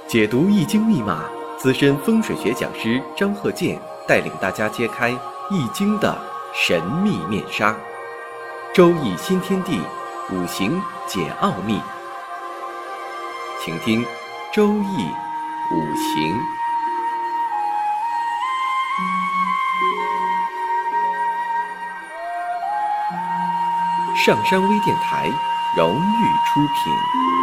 解读易经密码，资深风水学讲师张鹤剑带领大家揭开易经的神秘面纱。周易新天地，五行解奥秘。请听周易五行。上山微电台荣誉出品。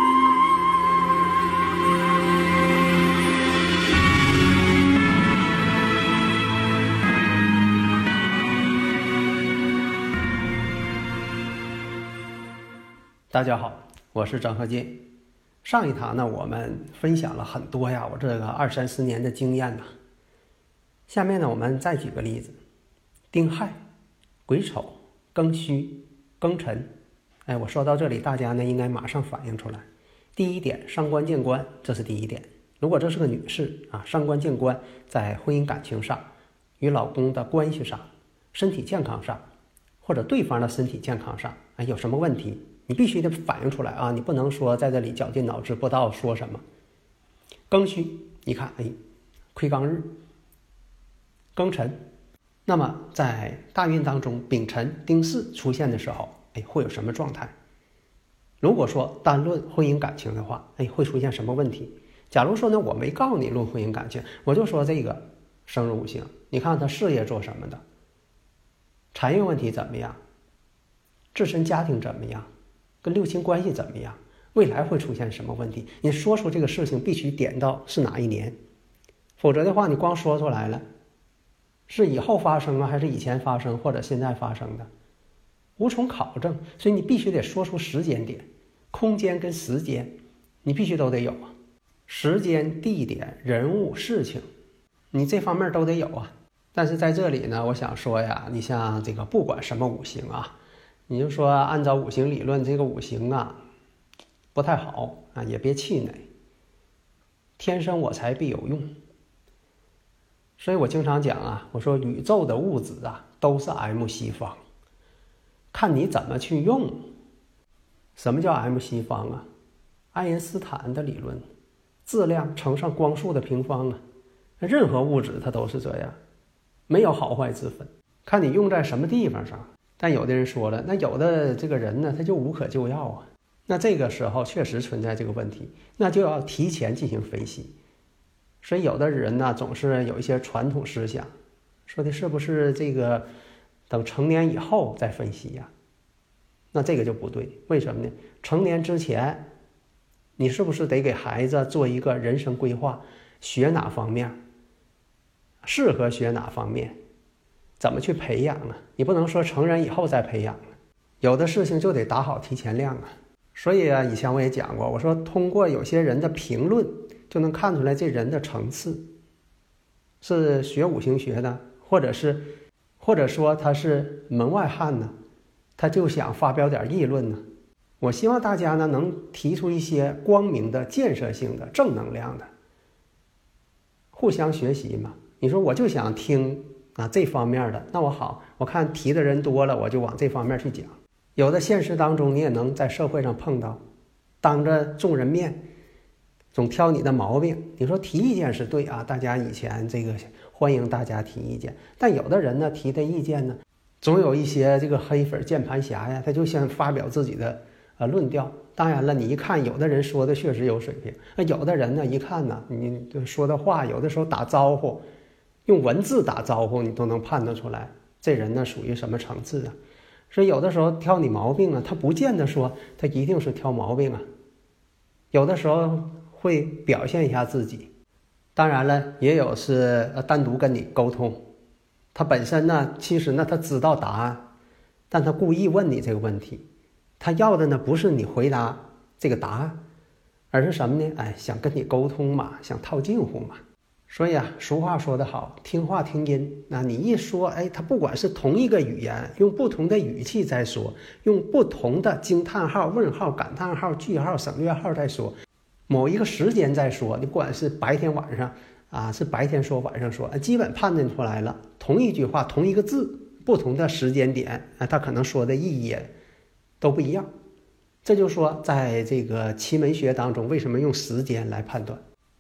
大家好，我是张鹤剑。上一堂呢，我们分享了很多呀，我这个20-30年的经验呐。下面呢，我们再举个例子：丁亥、癸丑、庚戌、庚辰。我说到这里，大家呢应该马上反应出来。第一点，伤官见官，这是第一点。如果这是个女士啊，伤官见官，在婚姻感情上、与老公的关系上、身体健康上，或者对方的身体健康上，有什么问题？你必须得反映出来啊！你不能说在这里绞尽脑汁不知道说什么。庚戌，你看，亏刚日，庚辰，那么在大运当中，丙辰、丁巳出现的时候，会有什么状态？如果说单论婚姻感情的话，会出现什么问题？假如说呢，我没告诉你论婚姻感情，我就说这个生日五行，你看他事业做什么的，财运问题怎么样，自身家庭怎么样，跟六亲关系怎么样，未来会出现什么问题？你说出这个事情必须点到是哪一年，否则的话你光说出来了，是以后发生啊，还是以前发生或者现在发生的，无从考证。所以你必须得说出时间点、空间跟时间，你必须都得有啊。时间、地点、人物、事情，你这方面都得有啊。但是在这里呢，我想说呀，你像这个不管什么五行啊，你就说按照五行理论，这个五行啊不太好啊，也别气馁。天生我材必有用。所以我经常讲啊，我说宇宙的物质啊都是 M 西方，看你怎么去用。什么叫 M 西方啊？爱因斯坦的理论，质量乘上光速的平方啊。任何物质它都是这样，没有好坏之分，看你用在什么地方上。但有的人说了，那有的这个人呢，他就无可救药啊。那这个时候确实存在这个问题，那就要提前进行分析。所以有的人呢，总是有一些传统思想，说的是不是这个等成年以后再分析呀？那这个就不对。为什么呢？成年之前，你是不是得给孩子做一个人生规划，学哪方面，适合学哪方面，怎么去培养啊？你不能说成人以后再培养啊，有的事情就得打好提前量啊。所以啊，以前我也讲过，我说通过有些人的评论就能看出来这人的层次，是学五行学的，或者说他是门外汉呢，他就想发表点议论呢。我希望大家呢能提出一些光明的、建设性的、正能量的，互相学习嘛。你说我就想听这方面的，那我好，我看提的人多了，我就往这方面去讲。有的现实当中你也能在社会上碰到，当着众人面总挑你的毛病。你说提意见是对啊，大家以前这个欢迎大家提意见，但有的人呢提的意见呢，总有一些这个黑粉键盘侠呀，他就想发表自己的论调。当然了，你一看有的人说的确实有水平，那有的人呢一看呢，你说的话有的时候打招呼，用文字打招呼，你都能判断出来这人呢属于什么层次啊。所以有的时候挑你毛病啊，他不见得说他一定是挑毛病啊，有的时候会表现一下自己。当然了，也有是单独跟你沟通，他本身呢其实呢他知道答案，但他故意问你这个问题，他要的呢不是你回答这个答案，而是什么呢？想跟你沟通嘛，想套近乎嘛。所以啊，俗话说得好，听话听音。那你一说，他不管是同一个语言，用不同的语气在说，用不同的惊叹号、问号、感叹号、句号、省略号在说，某一个时间在说，你不管是白天晚上啊，是白天说晚上说，基本判断出来了，同一句话同一个字，不同的时间点他可能说的意义都不一样。这就说在这个奇门学当中，为什么用时间来判断？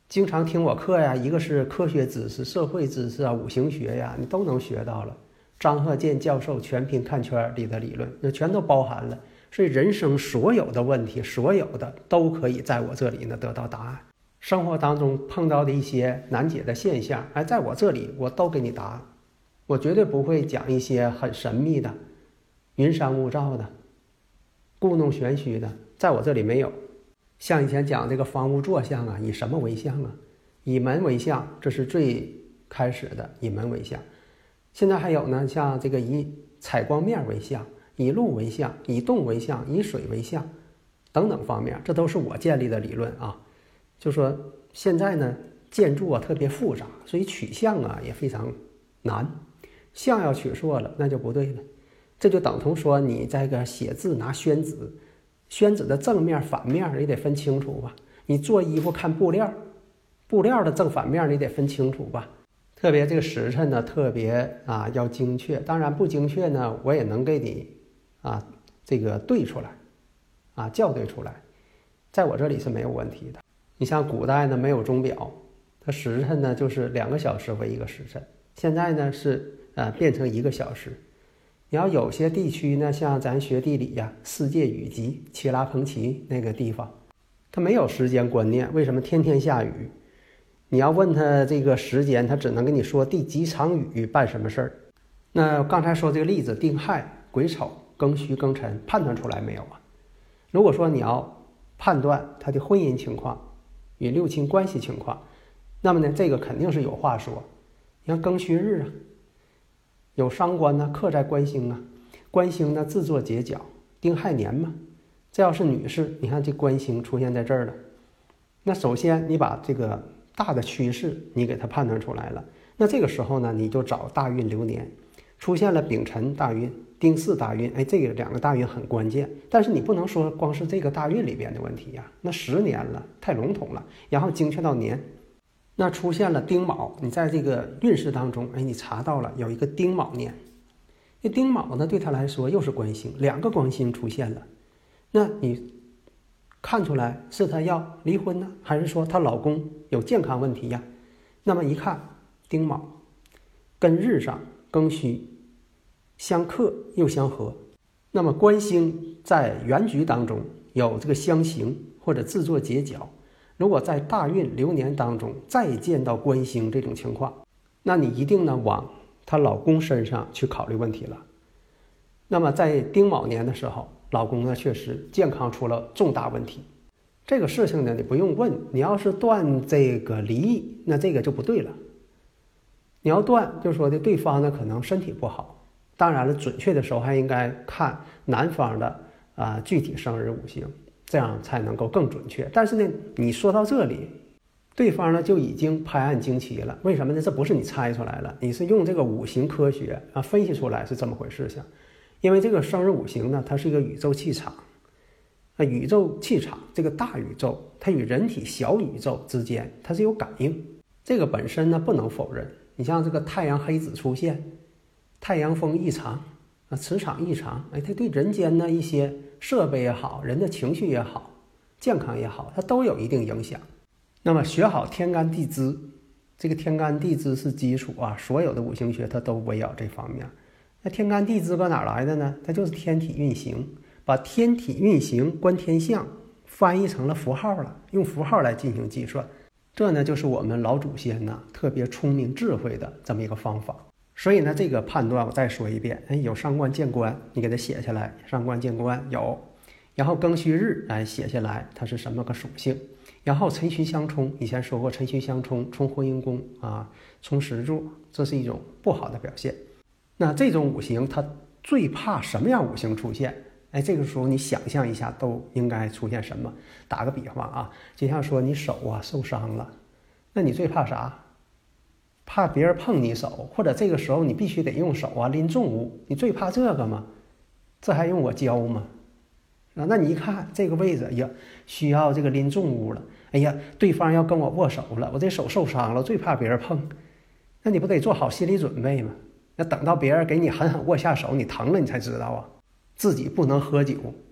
经常听我课呀，一个是科学知识、社会知识啊、五行学呀，你都能学到了。张鹤健教授全凭看圈里的理论，那全都包含了。所以人生所有的问题，所有的都可以在我这里呢得到答案。生活当中碰到的一些难解的现象，在我这里我都给你答案。我绝对不会讲一些很神秘的、云山雾罩的、故弄玄虚的，在我这里没有。像以前讲这个房屋坐向啊，以什么为向啊？以门为向，这是最开始的，以门为向。现在还有呢，像这个以采光面为向，以路为向，以动为向，以水为向，等等方面，这都是我建立的理论啊。就说现在呢，建筑啊特别复杂，所以取向啊也非常难。向要取错了，那就不对了。这就等同说你这个写字拿宣纸，宣纸的正面反面也得分清楚吧。你做衣服看布料，布料的正反面你得分清楚吧。特别这个时辰呢，特别要精确。当然不精确呢，我也能给你这个对出来校对出来，在我这里是没有问题的。你像古代呢没有钟表，它时辰呢就是2个小时为一个时辰，现在呢是变成1个小时。你要有些地区呢，像咱学地理呀，世界雨季切拉彭奇那个地方，它没有时间观念，为什么天天下雨？你要问他这个时间，他只能跟你说第几场雨办什么事儿。那刚才说这个例子，丁亥、癸丑、庚戌、庚辰，判断出来没有啊？如果说你要判断他的婚姻情况与六亲关系情况，那么呢，这个肯定是有话说。你看庚戌日啊，有伤官呢克在官星啊，官星呢自作结角，丁亥年嘛。这要是女士，你看这官星出现在这儿了，那首先你把这个大的趋势你给它判断出来了，那这个时候呢，你就找大运流年，出现了丙辰大运、丁巳大运，这个2个大运很关键。但是你不能说光是这个大运里边的问题呀，那10年了，太笼统了。然后精确到年，那出现了丁卯，你在这个运势当中，你查到了有一个丁卯年。这丁卯呢，对他来说又是官星，2个官星出现了，那你看出来是她要离婚呢，还是说她老公有健康问题呀？那么一看丁卯跟日上庚戌相克又相合，那么官星在原局当中有这个相刑或者自作结角，如果在大运流年当中再见到官星这种情况，那你一定呢往她老公身上去考虑问题了。那么在丁卯年的时候，老公呢确实健康出了重大问题，这个事情呢你不用问，你要是断这个离异，那这个就不对了。你要断就说的对方呢可能身体不好，当然了，准确的时候还应该看男方的具体生日五行，这样才能够更准确。但是呢，你说到这里，对方呢就已经拍案惊奇了。为什么呢？这不是你猜出来了，你是用这个五行科学分析出来是这么回事情。因为这个生日五行呢，它是一个宇宙气场，宇宙气场这个大宇宙，它与人体小宇宙之间它是有感应，这个本身呢不能否认。你像这个太阳黑子出现，太阳风异常磁场异常，它对人间的一些设备也好，人的情绪也好，健康也好，它都有一定影响。那么学好天干地支，这个天干地支是基础所有的五行学它都围绕这方面。那天干地支搁哪来的呢？它就是天体运行，把天体运行观天象翻译成了符号了，用符号来进行计算。这呢就是我们老祖先呢特别聪明智慧的这么一个方法。所以呢这个判断我再说一遍，有伤官见官你给它写下来，伤官见官有，然后庚戌日写下来它是什么个属性，然后辰戌相冲，以前说过辰戌相冲冲婚姻宫冲石柱，这是一种不好的表现。那这种五行它最怕什么样五行出现？这个时候你想象一下都应该出现什么。打个比方就像说你手受伤了，那你最怕啥？怕别人碰你手，或者这个时候你必须得用手拎重物，你最怕这个吗？这还用我教吗？那你一看这个位置需要这个拎重物了，对方要跟我握手了，我这手受伤了，最怕别人碰，那你不得做好心理准备吗？那等到别人给你狠狠握下手，你疼了你才知道自己不能喝酒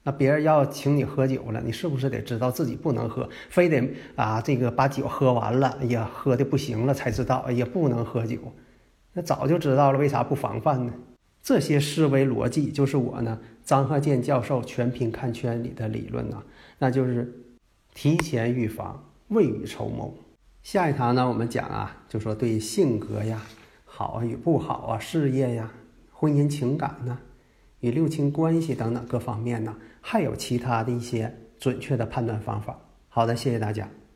那别人要请你喝酒了，你是不是得知道自己不能喝，非得这个把酒喝完了，哎呀喝的不行了才知道，哎呀不能喝酒。那早就知道了，为啥不防范呢？这些思维逻辑就是我呢张鹤健教授全凭看圈里的理论呢，那就是提前预防，未雨绸缪。下一堂呢我们讲就说对性格呀、好与不好事业呀、婚姻情感呢、与六亲关系等等各方面呢，还有其他的一些准确的判断方法。好的，谢谢大家。